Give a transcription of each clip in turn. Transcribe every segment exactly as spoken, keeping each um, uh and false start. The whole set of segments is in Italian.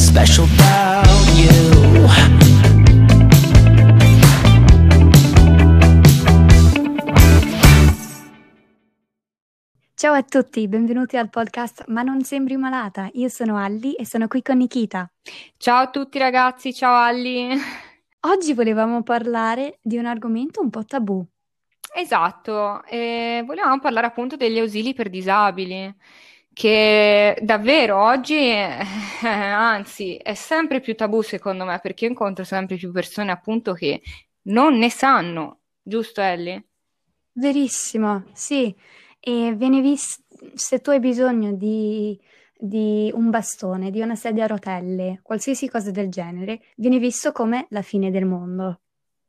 special about you. Ciao a tutti, benvenuti al podcast Ma non sembri malata. Io sono Alli e sono qui con Nikita. Ciao a tutti ragazzi, ciao Alli. Oggi volevamo parlare di un argomento un po' tabù. Esatto, e volevamo parlare appunto degli ausili per disabili, che davvero oggi, eh, anzi, è sempre più tabù secondo me, perché io incontro sempre più persone appunto che non ne sanno, giusto Ellie? Verissimo, sì. E viene visto, se tu hai bisogno di, di un bastone, di una sedia a rotelle, qualsiasi cosa del genere, viene visto come la fine del mondo.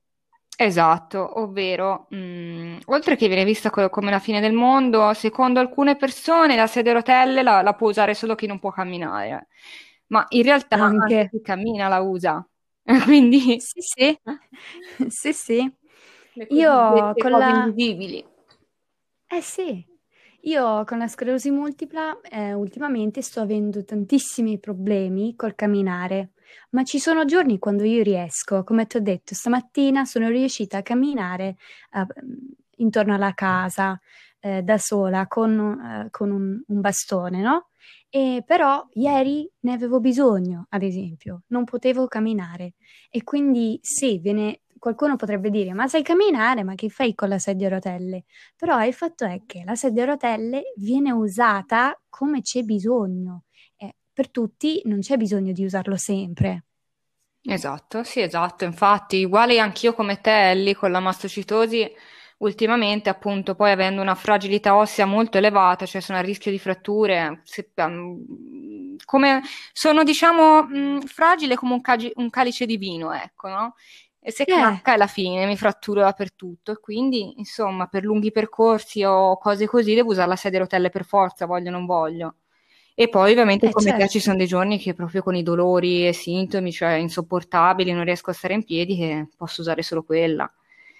Esatto, ovvero, mh, oltre che viene vista co- come la fine del mondo, secondo alcune persone la sedia a rotelle la, la può usare solo chi non può camminare, ma in realtà anche Anche. chi cammina la usa, quindi Sì, sì, sì, sì. le Io cosiddette con cose la... invisibili. Eh sì, io con la sclerosi multipla eh, ultimamente sto avendo tantissimi problemi col camminare, ma ci sono giorni quando io riesco, come ti ho detto, stamattina sono riuscita a camminare eh, intorno alla casa eh, da sola con, eh, con un, un bastone, no? E però ieri ne avevo bisogno, ad esempio, non potevo camminare e quindi sì, viene... Qualcuno potrebbe dire, ma sai camminare, ma che fai con la sedia a rotelle? Però il fatto è che la sedia a rotelle viene usata come c'è bisogno. E per tutti non c'è bisogno di usarlo sempre. Esatto, sì, esatto, infatti, uguale anch'io come te, Ellie, con la mastocitosi, ultimamente, appunto, poi avendo una fragilità ossea molto elevata, cioè sono a rischio di fratture, se- um, come, sono, diciamo, mh, fragile come un, cagi- un calice di vino, ecco, no? E se Eh, cracca è la fine, mi fratturo dappertutto, e quindi, insomma, per lunghi percorsi o cose così, devo usare la sedia a rotelle per forza, voglio o non voglio. E poi ovviamente eh come te ci certo, sono dei giorni che proprio con i dolori e sintomi, cioè insopportabili, non riesco a stare in piedi, che posso usare solo quella.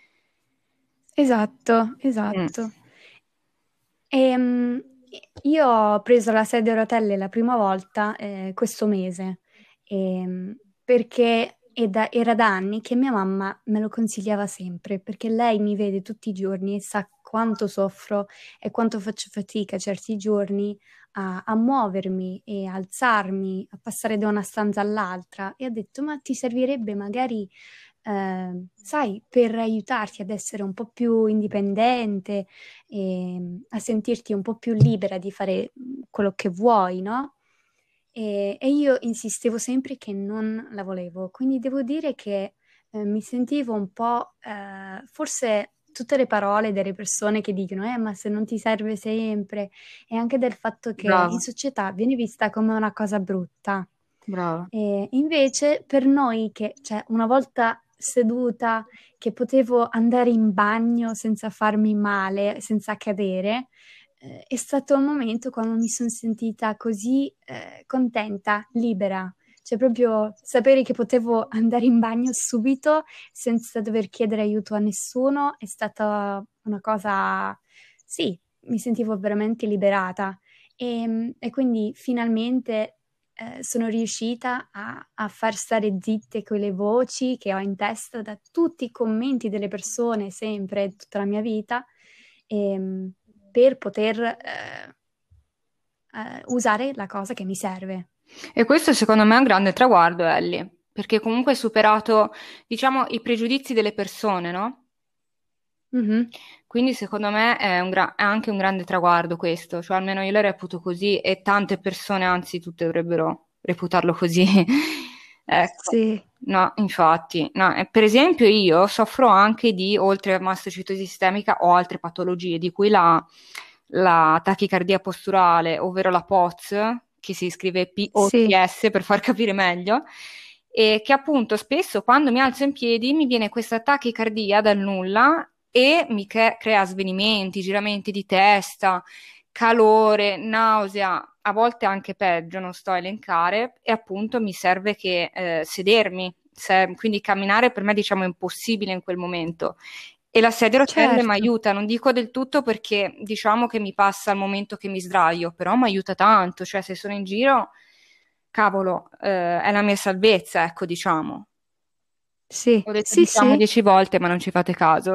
esatto, Mm. esatto. Ehm, io ho preso la sedia a rotelle la prima volta eh, questo mese, ehm, perché è da- era da anni che mia mamma me lo consigliava sempre, perché lei mi vede tutti i giorni e sa quanto soffro e quanto faccio fatica certi giorni a, a muovermi e a alzarmi, a passare da una stanza all'altra. E ha detto, ma ti servirebbe magari eh, sai, per aiutarti ad essere un po' più indipendente e a sentirti un po' più libera di fare quello che vuoi, no? E, e io insistevo sempre che non la volevo, quindi devo dire che eh, mi sentivo un po', eh, forse tutte le parole delle persone che dicono, eh, ma se non ti serve sempre, e anche del fatto che in Brava, società viene vista come una cosa brutta. brava. E invece per noi che, cioè, una volta seduta, che potevo andare in bagno senza farmi male, senza cadere, eh, è stato un momento quando mi sono sentita così eh, contenta, libera. Cioè proprio sapere che potevo andare in bagno subito senza dover chiedere aiuto a nessuno è stata una cosa, sì, mi sentivo veramente liberata. E, e quindi finalmente eh, sono riuscita a, a far stare zitte quelle voci che ho in testa da tutti i commenti delle persone, sempre, tutta la mia vita, ehm, per poter eh, eh, usare la cosa che mi serve. E questo secondo me è un grande traguardo, Ellie, perché comunque hai superato, diciamo, i pregiudizi delle persone, no? Mhm. Quindi secondo me è, un gra- è anche un grande traguardo questo, cioè almeno io lo reputo così e tante persone, anzi tutte dovrebbero reputarlo così. Ecco, Sì, no, infatti, no, e per esempio io soffro anche di, oltre a mastocitosi sistemica, ho altre patologie, di cui la, la tachicardia posturale, ovvero la P O T S, che si scrive sì, P O T S per far capire meglio, e che appunto spesso quando mi alzo in piedi mi viene questa tachicardia dal nulla e mi cre- crea svenimenti, giramenti di testa, calore, nausea, a volte anche peggio, non sto a elencare, e appunto mi serve che eh, sedermi, se- quindi camminare per me diciamo è impossibile in quel momento. E la sedia a rotelle mi certo. aiuta, non dico del tutto perché diciamo che mi passa il momento che mi sdraio, però mi aiuta tanto, cioè se sono in giro cavolo, eh, è la mia salvezza, ecco, diciamo. Sì, Ho detto sì, diciamo sì. dieci volte, ma non ci fate caso.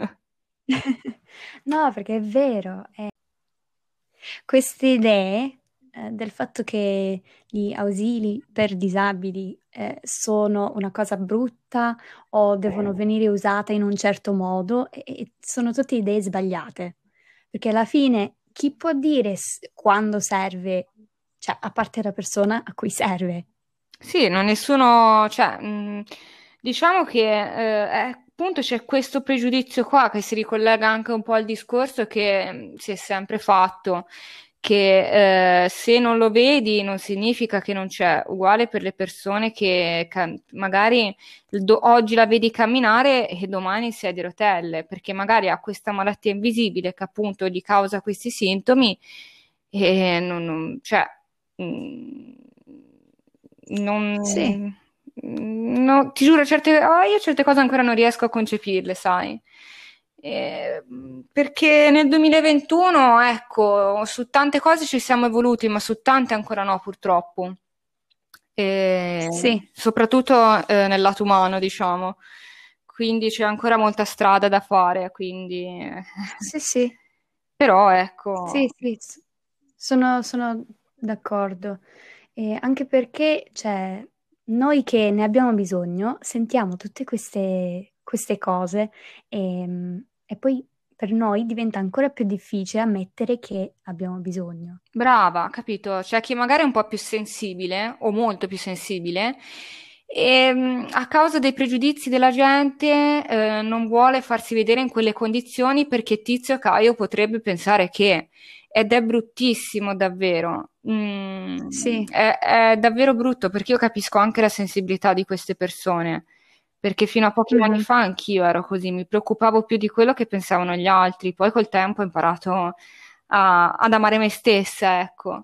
No, perché è vero. è- Queste idee eh, del fatto che gli ausili per disabili eh, sono una cosa brutta o devono venire usate in un certo modo, e- e sono tutte idee sbagliate. Perché alla fine chi può dire s- quando serve, cioè a parte la persona a cui serve? Sì, non nessuno, cioè, mh, diciamo che eh, è- appunto c'è questo pregiudizio qua che si ricollega anche un po' al discorso che mh, si è sempre fatto, che eh, se non lo vedi non significa che non c'è, uguale per le persone che ca- magari do- oggi la vedi camminare e domani in sedia a rotelle, perché magari ha questa malattia invisibile che appunto gli causa questi sintomi e non, non- cioè, mh, Sì, non, no, ti giuro, certe, oh, io certe cose ancora non riesco a concepirle, sai? Eh, perché nel duemilaventuno, ecco, su tante cose ci siamo evoluti, ma su tante ancora no, purtroppo. E sì, soprattutto eh, nel lato umano, diciamo. Quindi c'è ancora molta strada da fare, quindi... eh. sì, sì. Però, Sì, ecco, sì, s- sono, sono d'accordo. E anche perché, cioè, noi che ne abbiamo bisogno sentiamo tutte queste, queste cose e, e poi per noi diventa ancora più difficile ammettere che abbiamo bisogno. brava, capito? C'è chi magari è un po' più sensibile o molto più sensibile e mh, a causa dei pregiudizi della gente eh, non vuole farsi vedere in quelle condizioni perché Tizio Caio potrebbe pensare che ed è bruttissimo davvero. Mm, Sì, è, è davvero brutto perché io capisco anche la sensibilità di queste persone. Perché fino a pochi anni mhm. fa anch'io ero così, mi preoccupavo più di quello che pensavano gli altri, poi col tempo ho imparato a- ad amare me stessa, ecco.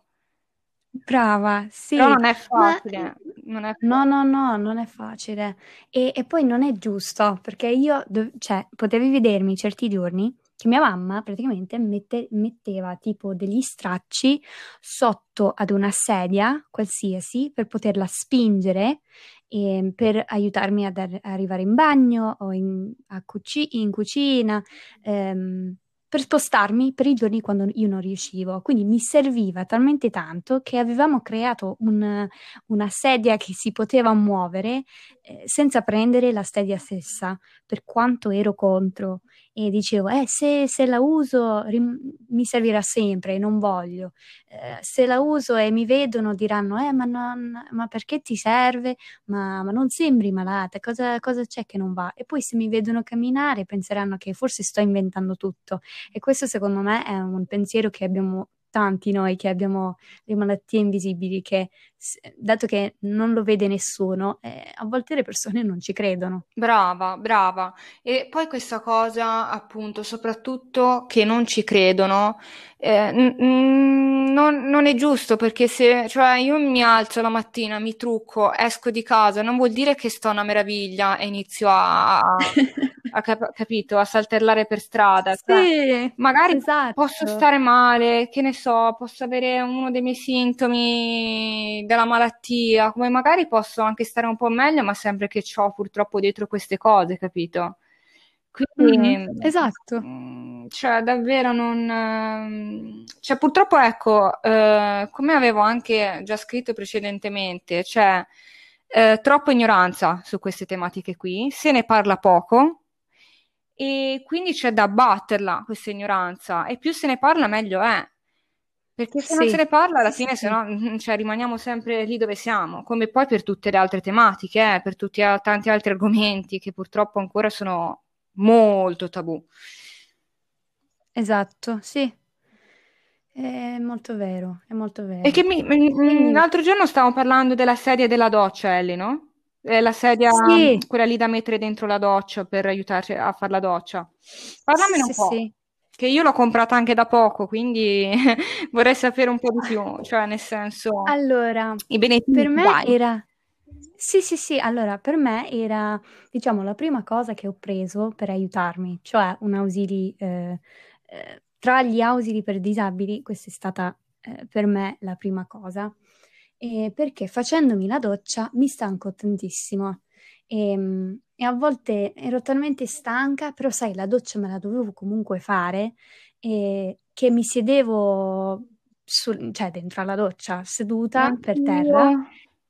Brava, Però sì, non è ma facile, non è no, facile. no, no, non è facile. E, e poi non è giusto, perché io, dov- cioè, potevi vedermi certi giorni che mia mamma praticamente mette- metteva tipo degli stracci sotto ad una sedia qualsiasi per poterla spingere e per aiutarmi ad ar- arrivare in bagno o in, a cuci- in cucina. ehm, per spostarmi per i giorni quando io non riuscivo. Quindi mi serviva talmente tanto che avevamo creato un- una sedia che si poteva muovere eh, senza prendere la sedia stessa, per quanto ero contro. E dicevo, eh, se, se la uso rim- mi servirà sempre, non voglio. Eh, se la uso e mi vedono diranno, eh, ma, non- ma perché ti serve? Ma, ma non sembri malata, cosa, cosa c'è che non va? E poi se mi vedono camminare penseranno che forse sto inventando tutto. E questo secondo me è un pensiero che abbiamo tanti noi che abbiamo le malattie invisibili, che s- dato che non lo vede nessuno, eh, a volte le persone non ci credono. Brava, brava. E poi questa cosa, appunto, soprattutto che non ci credono, eh, n- n- non, non è giusto perché se, cioè, io mi alzo la mattina, mi trucco, esco di casa, non vuol dire che sto una meraviglia e inizio a, a- a cap- capito, a saltellare per strada. Cioè, Sì, magari posso esatto. stare male, che ne so, posso avere uno dei miei sintomi della malattia, come magari posso anche stare un po' meglio, ma sempre che ho purtroppo dietro queste cose, capito? Mhm, Quindi, esatto. mm, cioè, davvero non... ehm, cioè, purtroppo, ecco, eh, come avevo anche già scritto precedentemente, c'è eh, troppa ignoranza su queste tematiche qui, se ne parla poco e quindi c'è da batterla questa ignoranza e più se ne parla meglio è. Perché se non se Sì, ne parla, alla sì, sì, fine, se sì. no, cioè, rimaniamo sempre lì dove siamo, come poi per tutte le altre tematiche, eh, per tutti a- tanti altri argomenti che purtroppo ancora sono molto tabù. Esatto, sì. È molto vero, è molto E che vero. mi, mi- mi- Quindi l'altro giorno stavamo parlando della sedia della doccia, Ellie, no? Eh, la sedia, sì, quella lì da mettere dentro la doccia per aiutarci a fare la doccia. Parlamene un sì, po', sì. che io l'ho comprata anche da poco, quindi vorrei sapere un po' di più, cioè nel senso, Allora, i per benefici, me dai. era... Sì, sì, sì, allora per me era, diciamo, la prima cosa che ho preso per aiutarmi, cioè un ausili, eh, eh, tra gli ausili per disabili, questa è stata eh, per me la prima cosa. eh, perché facendomi la doccia mi stanco tantissimo. E, mm, e a volte ero talmente stanca, però sai, la doccia me la dovevo comunque fare, e che mi siedevo sul- cioè dentro alla doccia, seduta per Anch'io. terra,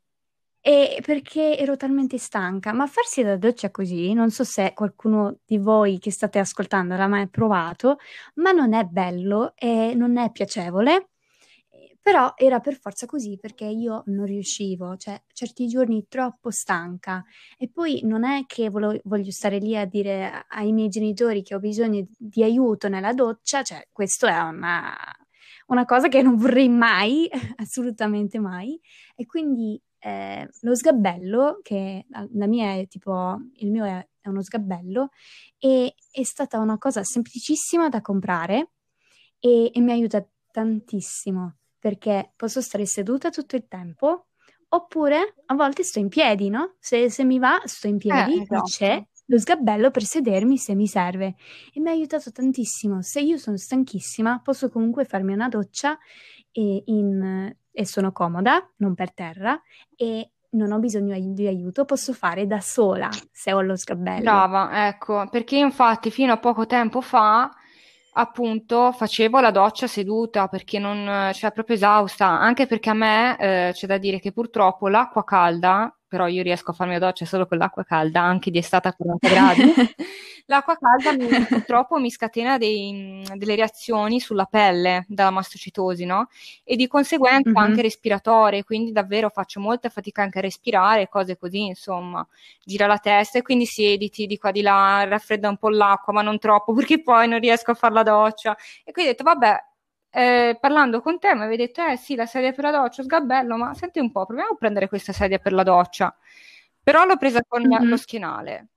e perché ero talmente stanca. Ma farsi la doccia così, non so se qualcuno di voi che state ascoltando l'ha mai provato, ma non è bello e non è piacevole. Eh, Però era per forza così perché io non riuscivo, cioè certi giorni troppo stanca. E poi non è che volo- voglio stare lì a dire a- ai miei genitori che ho bisogno di aiuto nella doccia, cioè questo è una, una cosa che non vorrei mai, assolutamente mai. E quindi eh, lo sgabello, che la la mia è tipo, il mio è, è uno sgabello, e è stata una cosa semplicissima da comprare e, e mi aiuta tantissimo perché posso stare seduta tutto il tempo oppure a volte sto in piedi, no? Se, se mi va, sto in Eh, piedi e c'è esatto. lo sgabello per sedermi se mi serve e mi ha aiutato tantissimo. Se io sono stanchissima, posso comunque farmi una doccia e, in- e sono comoda, non per terra, e non ho bisogno ai- di aiuto, posso fare da sola se ho lo sgabello. Brava, ecco, perché io infatti fino a poco tempo fa, appunto, facevo la doccia seduta perché non, cioè, proprio esausta, anche perché a me, eh, c'è da dire che purtroppo l'acqua calda, però io riesco a farmi la doccia solo con l'acqua calda, anche di estate a quaranta gradi, l'acqua calda mi- purtroppo mi scatena dei- delle reazioni sulla pelle dalla mastocitosi, no? E di conseguenza anche Mhm. respiratorie, quindi davvero faccio molta fatica anche a respirare, cose così, insomma gira la testa e quindi siediti di qua di là, raffredda un po' l'acqua, ma non troppo, perché poi non riesco a fare la doccia. E quindi ho detto, vabbè, eh, parlando con te, mi avevi detto, eh sì, la sedia per la doccia, sgabello, ma senti un po', proviamo a prendere questa sedia per la doccia. Però l'ho presa con lo Mhm. schienale,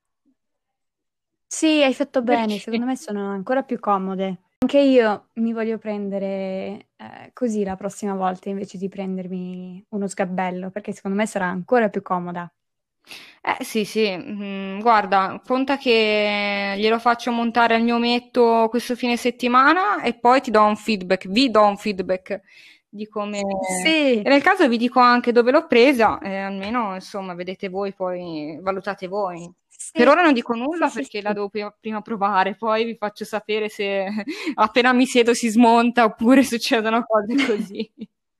Sì, hai fatto bene, perché secondo me sono ancora più comode. Anche io mi voglio prendere eh, così la prossima volta invece di prendermi uno sgabello, perché secondo me sarà ancora più comoda. Eh sì, sì, mm, guarda, conta che glielo faccio montare al mio ometto questo fine settimana e poi ti do un feedback, vi do un feedback di come... E Sì, nel caso vi dico anche dove l'ho presa, e almeno insomma vedete voi, poi valutate voi. Per sì, ora non dico sì, nulla sì, perché la sì. devo prima, prima provare, poi vi faccio sapere se appena mi siedo si smonta oppure succedono cose così.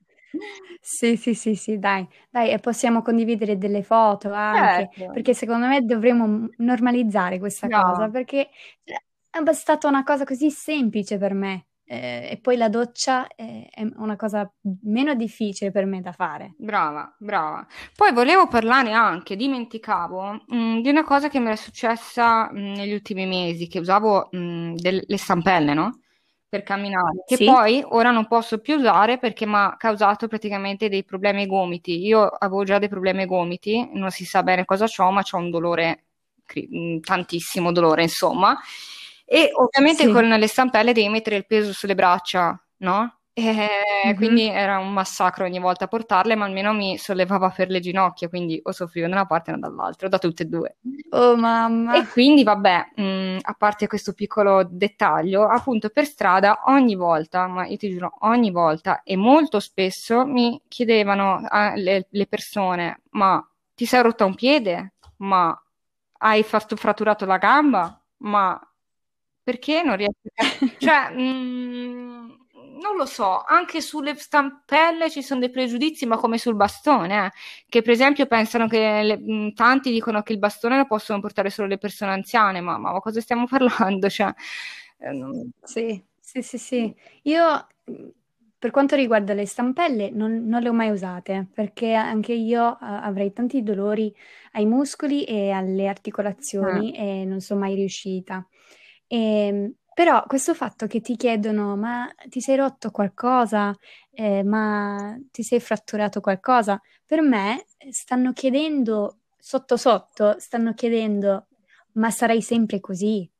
Sì, sì, sì, sì, dai, dai, e possiamo condividere delle foto anche, Certo, perché secondo me dovremmo m- normalizzare questa cosa, brava. perché cioè, è stata una cosa così semplice per me, eh, e poi la doccia è, è una cosa meno difficile per me da fare. Brava, brava. Poi volevo parlare anche, dimenticavo, mh, di una cosa che mi era successa, mh, negli ultimi mesi, che usavo, mh, del- le stampelle, no? Per camminare, che Sì? poi ora non posso più usare perché mi ha causato praticamente dei problemi ai gomiti. Io avevo già dei problemi ai gomiti, non si sa bene cosa c'ho, ma c'ho un dolore, cri- mh, tantissimo dolore, insomma. E ovviamente con Sì. le stampelle devi mettere il peso sulle braccia, no? E Mhm. quindi era un massacro ogni volta portarle, ma almeno mi sollevava per le ginocchia, quindi o soffrivo da una parte o dall'altra, o da tutte e due. Oh mamma. E quindi, vabbè, mh, a parte questo piccolo dettaglio, appunto per strada ogni volta, ma io ti giuro, ogni volta e molto spesso mi chiedevano ah, le, le persone, ma ti sei rotto un piede? Ma hai fatto fratturato la gamba? Ma perché non riesci a... Cioè, mh, non lo so, anche sulle stampelle ci sono dei pregiudizi, ma come sul bastone, eh, che per esempio pensano che le- mh, tanti dicono che il bastone lo possono portare solo le persone anziane, ma, ma cosa stiamo parlando? Cioè, eh, non- Sì, sì, sì, sì. Io mh, per quanto riguarda le stampelle non, non le ho mai usate perché anche io eh, avrei tanti dolori ai muscoli e alle eh, articolazioni e non sono mai riuscita. Ehm, però questo fatto che ti chiedono, ma ti sei rotto qualcosa? Eh, ma ti sei fratturato qualcosa? Per me eh, stanno chiedendo, sotto sotto, stanno chiedendo, ma sarai sempre così?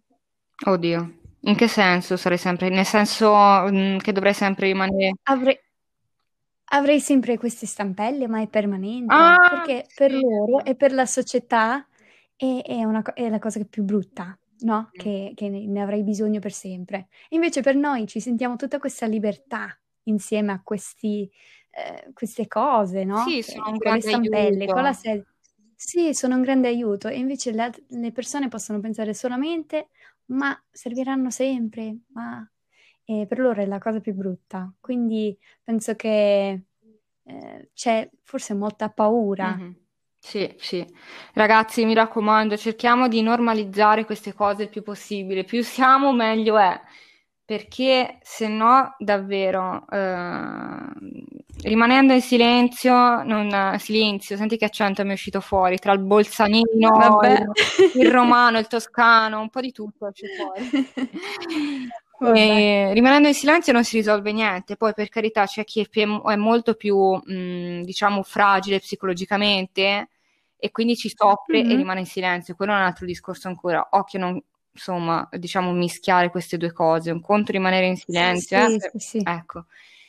Oddio, in che senso sarei sempre? Nel senso, mh, che dovrei sempre rimanere... Avrei, avrei sempre queste stampelle, ma è permanente, Ah, perché per sì. loro e per la società è, è una co- è la cosa più brutta, no? Che, che ne ne avrei bisogno per sempre. Invece per noi ci sentiamo tutta questa libertà insieme a questi, eh, queste cose, no? Sì, sono Che- un con le grande stampelle, con la aiuto. sedia. Sì, sono un grande aiuto e invece le, alt- le persone possono pensare solamente, ma serviranno sempre, ma e per loro è la cosa più brutta. Quindi penso che eh, c'è forse molta paura. Mhm. Sì, sì. Ragazzi, mi raccomando, cerchiamo di normalizzare queste cose il più possibile. Più siamo, meglio è. Perché se no, davvero, eh, rimanendo in silenzio, non, silenzio, senti che accento mi è uscito fuori, tra il bolzanino, Vabbè. il, il romano, il toscano, un po' di tutto esce fuori. Vabbè. E rimanendo in silenzio non si risolve niente, poi per carità c'è chi è, più- è molto più, mh, diciamo, fragile psicologicamente e quindi ci soffre e Mhm. rimane in silenzio, quello è un altro discorso ancora. Occhio a non, insomma, diciamo, mischiare queste due cose, un conto rimanere in silenzio, eh, Sì, per- sì, sì. ecco.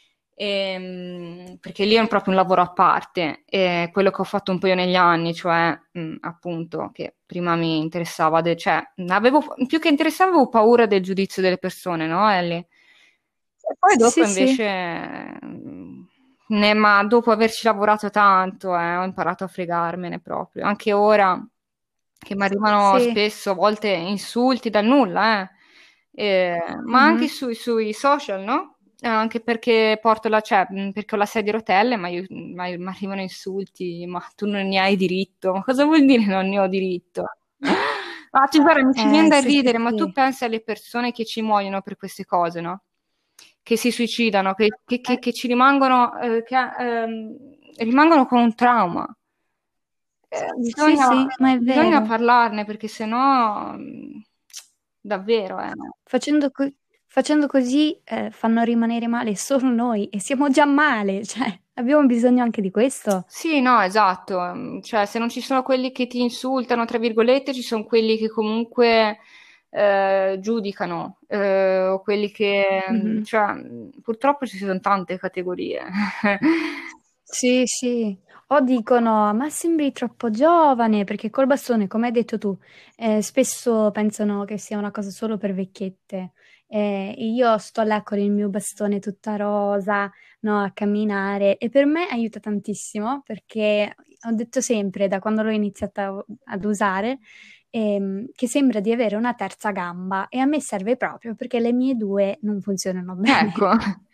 Ehm, perché lì è proprio un lavoro a parte, e quello che ho fatto un po' io negli anni, cioè mh, appunto che prima mi interessava, de- cioè avevo, più che interessava avevo paura del giudizio delle persone, no Ellie? E poi dopo Sì, sì. invece, mh, ne- ma dopo averci lavorato tanto, eh, ho imparato a fregarmene proprio, anche ora che mi arrivano Sì. spesso a volte insulti dal nulla, eh. Eh, ma anche Mhm. sui, sui social, no? Eh, anche perché porto la, cioè, mh, perché ho la sedia a rotelle, ma io- ma mi arrivano insulti, ma tu non ne hai diritto. Ma cosa vuol dire non ne ho diritto? Ah, ti- guarda, mi ci viene Eh, da sì, sì, ridere, ma tu sì. pensi alle persone che ci muoiono per queste cose, no? Che si suicidano, che, che- che- Eh, che ci rimangono, eh, che, ehm, rimangono con un trauma. Eh, sì, bisogna, sì, ma è bisogna vero. parlarne perché sennò mh, davvero, eh. Facendo, co- facendo così eh, fanno rimanere male solo noi e siamo già male, cioè abbiamo bisogno anche di questo. Sì, no, esatto. Mm, cioè, se non ci sono quelli che ti insultano, tra virgolette, ci sono quelli che comunque eh, giudicano, eh, o quelli che, mm, Mhm. cioè, mm, purtroppo ci sono tante categorie. Sì, sì. O dicono, ma sembri troppo giovane, perché col bastone, come hai detto tu, eh, spesso pensano che sia una cosa solo per vecchiette. Eh, e io sto là con il mio bastone tutta rosa, no, a camminare, e per me aiuta tantissimo, perché ho detto sempre, da quando l'ho iniziata ad usare, ehm, che sembra di avere una terza gamba, e a me serve proprio perché le mie due non funzionano bene. Ecco,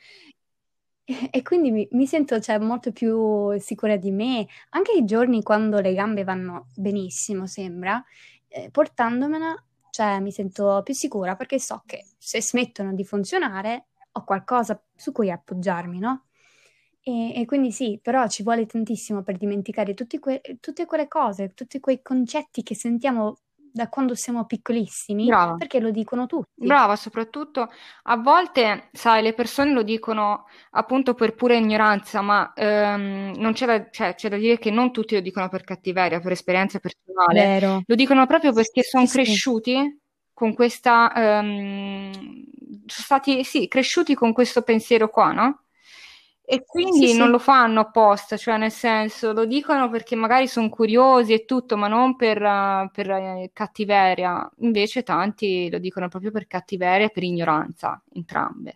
E quindi mi, mi sento, cioè, molto più sicura di me, anche i giorni quando le gambe vanno benissimo, sembra, eh, portandomela, cioè, mi sento più sicura perché so che se smettono di funzionare ho qualcosa su cui appoggiarmi, no? E, e quindi sì, però ci vuole tantissimo per dimenticare tutti que- tutte quelle cose, tutti quei concetti che sentiamo da quando siamo piccolissimi, brava. perché lo dicono tutti. Brava, soprattutto a volte, sai, le persone lo dicono appunto per pura ignoranza, ma ehm, non c'è da, cioè, c'è da dire che non tutti lo dicono per cattiveria, per esperienza personale, Vero? lo dicono proprio perché sono Sì, sì, cresciuti con questa, ehm, sono stati, sì, cresciuti con questo pensiero qua, no? E sì, quindi non sì. lo fanno apposta, cioè nel senso lo dicono perché magari sono curiosi e tutto, ma non per, eh, per, eh, cattiveria. Invece tanti lo dicono proprio per cattiveria e per ignoranza, entrambe.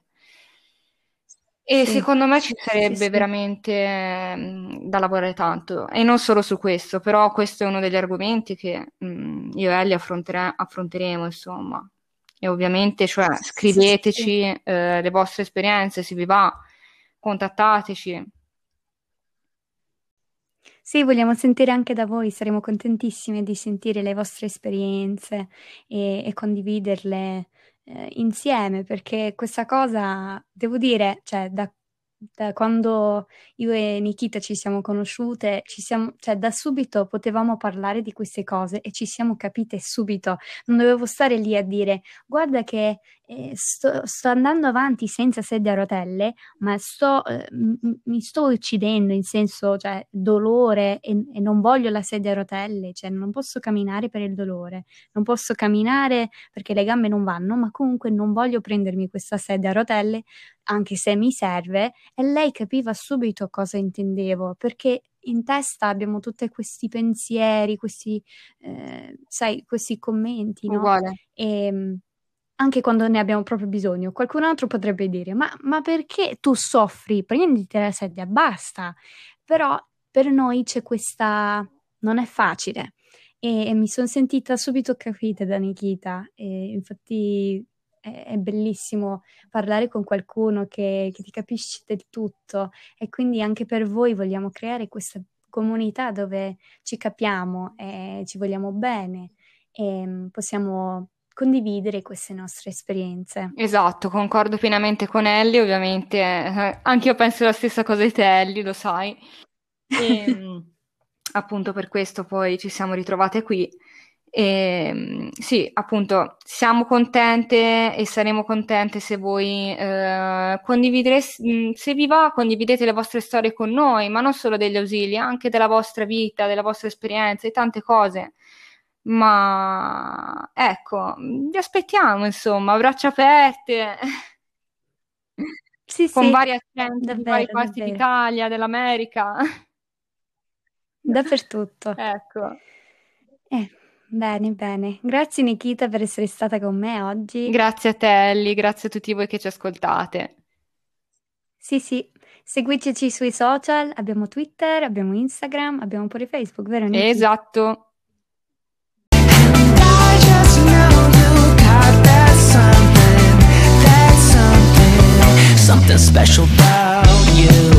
E Sì, secondo me ci sì, sarebbe sì. veramente ehm, da lavorare tanto, e non solo su questo, però questo è uno degli argomenti che mm, io e Ellie affrontere- affronteremo, insomma. E ovviamente, cioè, Sì, sì, sì. scriveteci eh, le vostre esperienze, se vi va, contattateci. Sì, vogliamo sentire anche da voi, saremo contentissime di sentire le vostre esperienze e, e condividerle eh, insieme, perché questa cosa, devo dire, cioè, da, da quando io e Nikita ci siamo conosciute, ci siamo, cioè, da subito potevamo parlare di queste cose e ci siamo capite subito. Non dovevo stare lì a dire, guarda che eh, sto, sto andando avanti senza sedia a rotelle, ma sto, eh, m- m- mi sto uccidendo in senso, cioè, dolore e, e non voglio la sedia a rotelle, cioè non posso camminare per il dolore, non posso camminare perché le gambe non vanno, ma comunque non voglio prendermi questa sedia a rotelle, anche se mi serve, e lei capiva subito cosa intendevo, perché in testa abbiamo tutti questi pensieri, questi, eh, sai, questi commenti, no? Uguale. E, anche quando ne abbiamo proprio bisogno. Qualcun altro potrebbe dire, ma, ma perché tu soffri? Prenditi la sedia, basta. Però per noi c'è questa... non è facile. E, e mi sono sentita subito capita da Nikita. E infatti è, è bellissimo parlare con qualcuno che, che ti capisce del tutto. E quindi anche per voi vogliamo creare questa comunità dove ci capiamo e ci vogliamo bene e mm, possiamo condividere queste nostre esperienze. Esatto, concordo pienamente con Ellie, ovviamente, eh, anche io penso la stessa cosa di te, Ellie, lo sai. E mh, appunto per questo poi ci siamo ritrovate qui. E, mh, sì, appunto, siamo contente e saremo contente se voi eh, condividere, mh, se vi va, condividete le vostre storie con noi, ma non solo degli ausili, anche della vostra vita, della vostra esperienza, di tante cose. Ma ecco, vi aspettiamo, insomma, a braccia aperte, Sì, con sì, vari accenti di vari davvero, parti davvero. d'Italia, dell'America. Dappertutto. Ecco, Eh, bene, bene. Grazie Nikita per essere stata con me oggi. grazie a te, Ellie, grazie a tutti voi che ci ascoltate. Sì, sì, seguiteci sui social, abbiamo Twitter, abbiamo Instagram, abbiamo pure Facebook, vero Niki? Esatto. I just know you got that something, that something, something special about you.